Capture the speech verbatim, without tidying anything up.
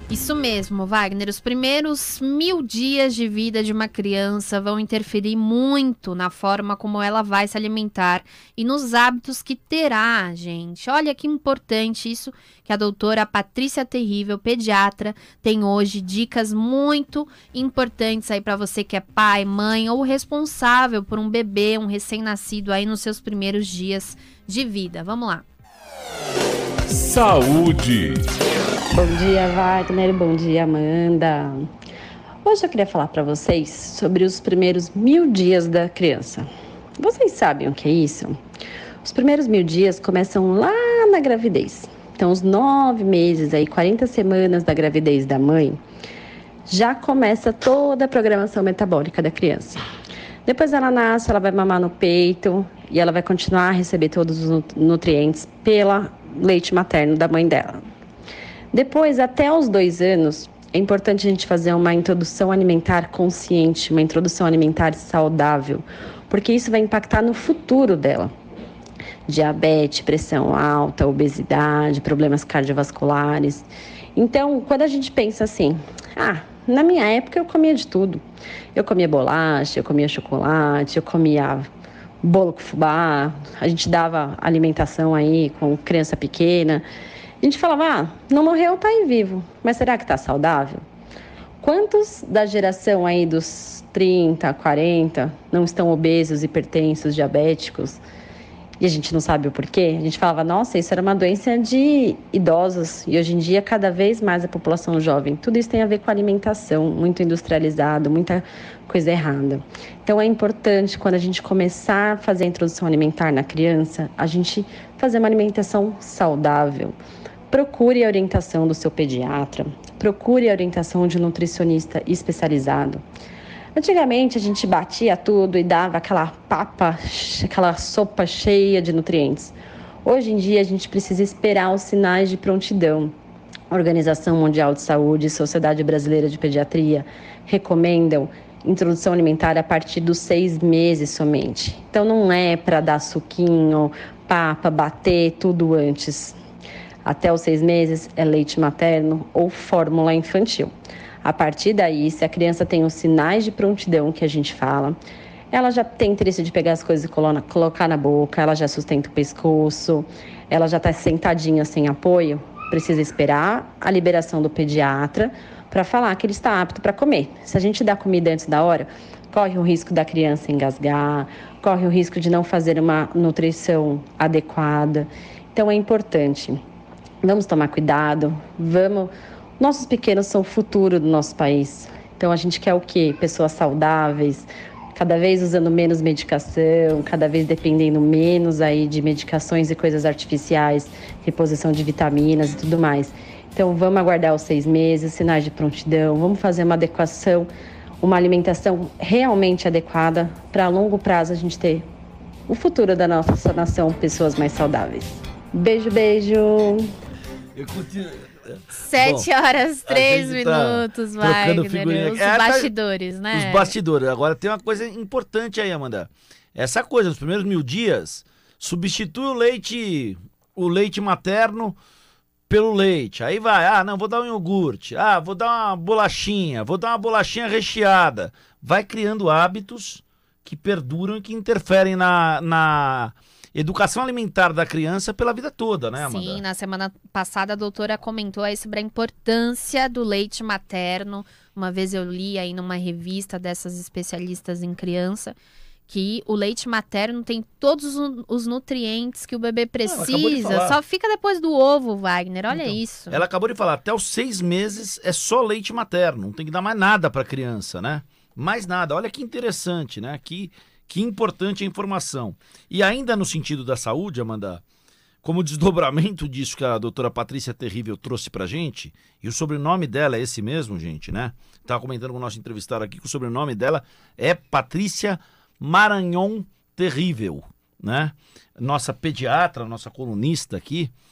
Isso mesmo, Wagner. Os primeiros mil dias de vida de uma criança vão interferir muito na forma como ela vai se alimentar e nos hábitos que terá, gente. Olha que importante isso que a doutora Patrícia Terrível, pediatra, tem hoje. Dicas muito importantes aí para você que é pai, mãe ou responsável por um bebê, um recém-nascido aí nos seus primeiros dias de vida. Vamos lá. Saúde. Bom dia, Wagner. Bom dia, Amanda. Hoje eu queria falar para vocês sobre os primeiros mil dias da criança. Vocês sabem o que é isso? Os primeiros mil dias começam lá na gravidez. Então, os nove meses, aí, quarenta semanas da gravidez da mãe, já começa toda a programação metabólica da criança. Depois ela nasce, ela vai mamar no peito e ela vai continuar a receber todos os nutrientes pela leite materno da mãe dela. Depois, até os dois anos, é importante a gente fazer uma introdução alimentar consciente, uma introdução alimentar saudável, porque isso vai impactar no futuro dela. Diabetes, pressão alta, obesidade, problemas cardiovasculares. Então, quando a gente pensa assim, ah, na minha época eu comia de tudo. Eu comia bolacha, eu comia chocolate, eu comia bolo com fubá, a gente dava alimentação aí com criança pequena. A gente falava, ah, não morreu, tá aí vivo, mas será que tá saudável? Quantos da geração aí dos trinta, quarenta não estão obesos, hipertensos, diabéticos? E a gente não sabe o porquê? A gente falava, nossa, isso era uma doença de idosos. E hoje em dia, cada vez mais a população jovem. Tudo isso tem a ver com alimentação, muito industrializado, muita coisa errada. Então, é importante, quando a gente começar a fazer a introdução alimentar na criança, a gente fazer uma alimentação saudável. Procure a orientação do seu pediatra, procure a orientação de um nutricionista especializado. Antigamente a gente batia tudo e dava aquela papa, aquela sopa cheia de nutrientes. Hoje em dia a gente precisa esperar os sinais de prontidão. A Organização Mundial de Saúde e Sociedade Brasileira de Pediatria recomendam introdução alimentar a partir dos seis meses somente. Então não é para dar suquinho, papa, bater tudo antes. Até os seis meses é leite materno ou fórmula infantil. A partir daí, se a criança tem os sinais de prontidão que a gente fala, ela já tem interesse de pegar as coisas e colocar na boca, ela já sustenta o pescoço, ela já está sentadinha sem apoio, precisa esperar a liberação do pediatra para falar que ele está apto para comer. Se a gente dá comida antes da hora, corre o risco da criança engasgar, corre o risco de não fazer uma nutrição adequada. Então é importante. Vamos tomar cuidado, vamos... Nossos pequenos são o futuro do nosso país. Então, a gente quer o quê? Pessoas saudáveis, cada vez usando menos medicação, cada vez dependendo menos aí de medicações e coisas artificiais, reposição de vitaminas e tudo mais. Então, vamos aguardar os seis meses, sinais de prontidão, vamos fazer uma adequação, uma alimentação realmente adequada para a longo prazo a gente ter o futuro da nossa nação, pessoas mais saudáveis. Beijo, beijo! Eu continuo... Sete Bom, horas, três minutos, tá Wagner. Os é, bastidores, tá, né? Os bastidores. Agora tem uma coisa importante aí, Amanda. Essa coisa, nos primeiros mil dias, substitui o leite, o leite materno pelo leite. Aí vai, ah, não, vou dar um iogurte. Ah, vou dar uma bolachinha. Vou dar uma bolachinha recheada. Vai criando hábitos que perduram e que interferem na... na educação alimentar da criança pela vida toda, né, Amanda? Sim, na semana passada a doutora comentou aí sobre a importância do leite materno. Uma vez eu li aí numa revista dessas especialistas em criança que o leite materno tem todos os nutrientes que o bebê precisa. Ah, só fica depois do ovo, Wagner. Olha então, isso. Ela acabou de falar, até os seis meses é só leite materno. Não tem que dar mais nada para a criança, né? Mais nada. Olha que interessante, né? Que... Que importante a informação. E ainda no sentido da saúde, Amanda, como desdobramento disso que a doutora Patrícia Terrível trouxe pra gente, e o sobrenome dela é esse mesmo, gente, né? Estava comentando com o nosso entrevistado aqui que o sobrenome dela é Patrícia Maranhon Terrível, né? Nossa pediatra, nossa colunista aqui,